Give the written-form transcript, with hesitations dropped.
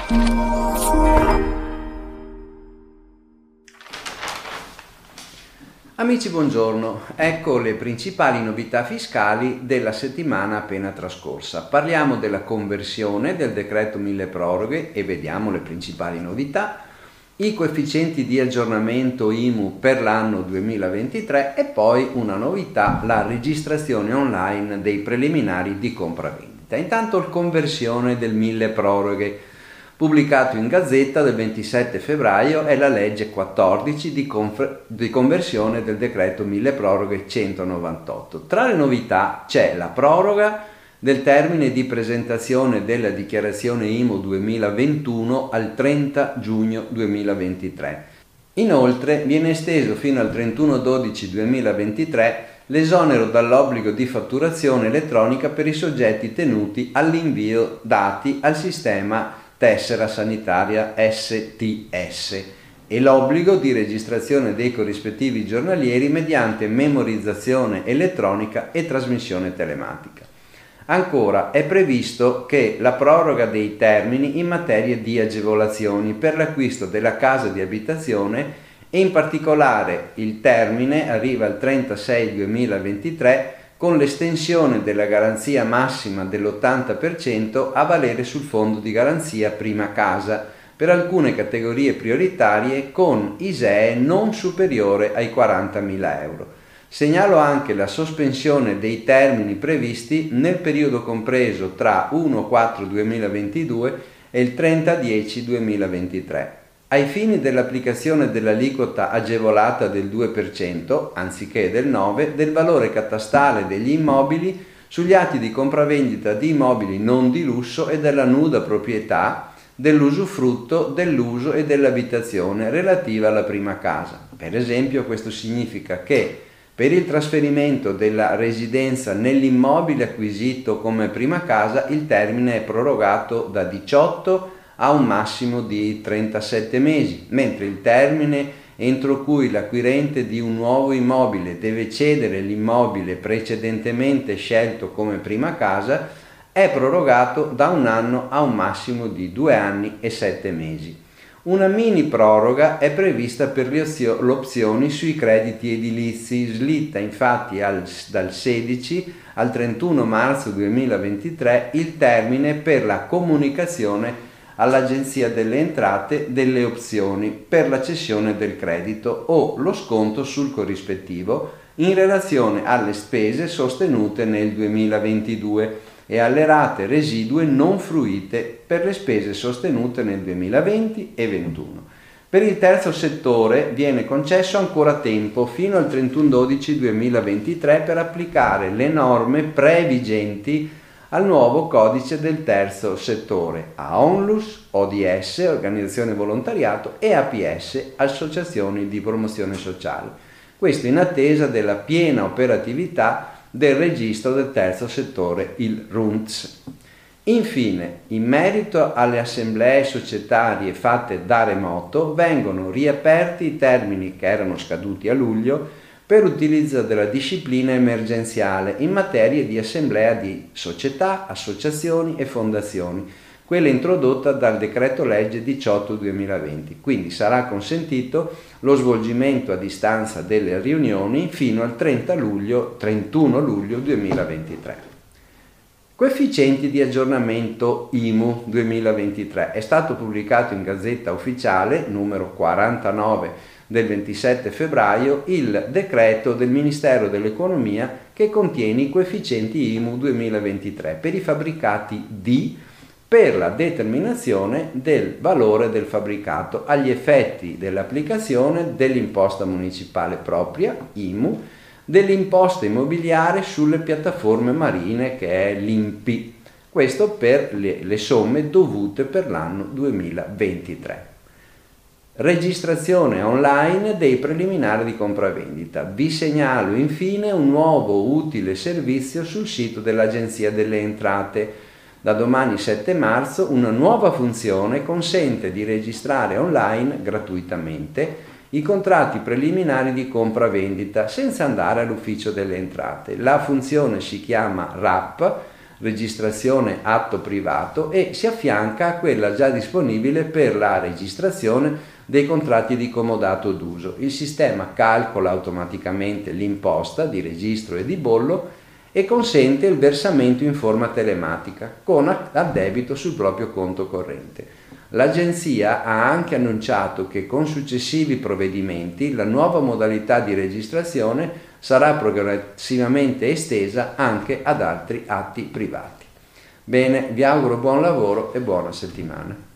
Amici, buongiorno. Ecco le principali novità fiscali della settimana appena trascorsa. Parliamo della conversione del decreto milleproroghe e vediamo le principali novità, i coefficienti di aggiornamento IMU per l'anno 2023 e poi una novità, la registrazione online dei preliminari di compravendita. Intanto il conversione del milleproroghe. Pubblicato in Gazzetta del 27 febbraio è la legge 14 di conversione del decreto milleproroghe 198. Tra le novità c'è la proroga del termine di presentazione della dichiarazione IMU 2021 al 30 giugno 2023. Inoltre viene esteso fino al 31/12/2023 l'esonero dall'obbligo di fatturazione elettronica per i soggetti tenuti all'invio dati al sistema tessera sanitaria STS e l'obbligo di registrazione dei corrispettivi giornalieri mediante memorizzazione elettronica e trasmissione telematica. Ancora è previsto che la proroga dei termini in materia di agevolazioni per l'acquisto della casa di abitazione e in particolare il termine arriva al 30/6/2023 con l'estensione della garanzia massima dell'80% a valere sul fondo di garanzia prima casa per alcune categorie prioritarie con ISEE non superiore ai 40.000 euro. Segnalo anche la sospensione dei termini previsti nel periodo compreso tra 1/4/2022 e il 30/10/2023. Ai fini dell'applicazione dell'aliquota agevolata del 2%, anziché del 9%, del valore catastale degli immobili sugli atti di compravendita di immobili non di lusso e della nuda proprietà, dell'usufrutto, dell'uso e dell'abitazione relativa alla prima casa. Per esempio, questo significa che per il trasferimento della residenza nell'immobile acquisito come prima casa il termine è prorogato da 18 a un massimo di 37 mesi, mentre il termine entro cui l'acquirente di un nuovo immobile deve cedere l'immobile precedentemente scelto come prima casa è prorogato da 1 anno a un massimo di 2 anni e 7 mesi. Una mini proroga è prevista per le opzioni sui crediti edilizi, slitta infatti dal 16 al 31 marzo 2023 il termine per la comunicazione all'Agenzia delle Entrate delle opzioni per la cessione del credito o lo sconto sul corrispettivo in relazione alle spese sostenute nel 2022 e alle rate residue non fruite per le spese sostenute nel 2020 e 2021. Per il terzo settore viene concesso ancora tempo fino al 31/12/2023 per applicare le norme previgenti al nuovo codice del terzo settore, a ONLUS, ODS, Organizzazione Volontariato, e APS, Associazioni di Promozione Sociale. Questo in attesa della piena operatività del registro del terzo settore, il RUNTS. Infine, in merito alle assemblee societarie fatte da remoto, vengono riaperti i termini che erano scaduti a luglio per utilizzo della disciplina emergenziale in materia di assemblea di società, associazioni e fondazioni, quella introdotta dal decreto legge 18/2020. Quindi sarà consentito lo svolgimento a distanza delle riunioni fino al 31 luglio 2023. Coefficienti di aggiornamento IMU 2023. È stato pubblicato in Gazzetta Ufficiale numero 49 del 27 febbraio il decreto del Ministero dell'Economia che contiene i coefficienti IMU 2023 per i fabbricati D per la determinazione del valore del fabbricato agli effetti dell'applicazione dell'imposta municipale propria, IMU, dell'imposta immobiliare sulle piattaforme marine che è l'INPI, questo per le somme dovute per l'anno 2023. Registrazione online dei preliminari di compravendita. Vi segnalo infine un nuovo utile servizio sul sito dell'Agenzia delle Entrate. Da domani 7 marzo una nuova funzione consente di registrare online gratuitamente i contratti preliminari di compravendita senza andare all'ufficio delle entrate. La funzione si chiama RAP, registrazione atto privato e si affianca a quella già disponibile per la registrazione dei contratti di comodato d'uso. Il sistema calcola automaticamente l'imposta di registro e di bollo e consente il versamento in forma telematica con addebito sul proprio conto corrente. L'Agenzia ha anche annunciato che con successivi provvedimenti la nuova modalità di registrazione sarà progressivamente estesa anche ad altri atti privati. Bene, vi auguro buon lavoro e buona settimana.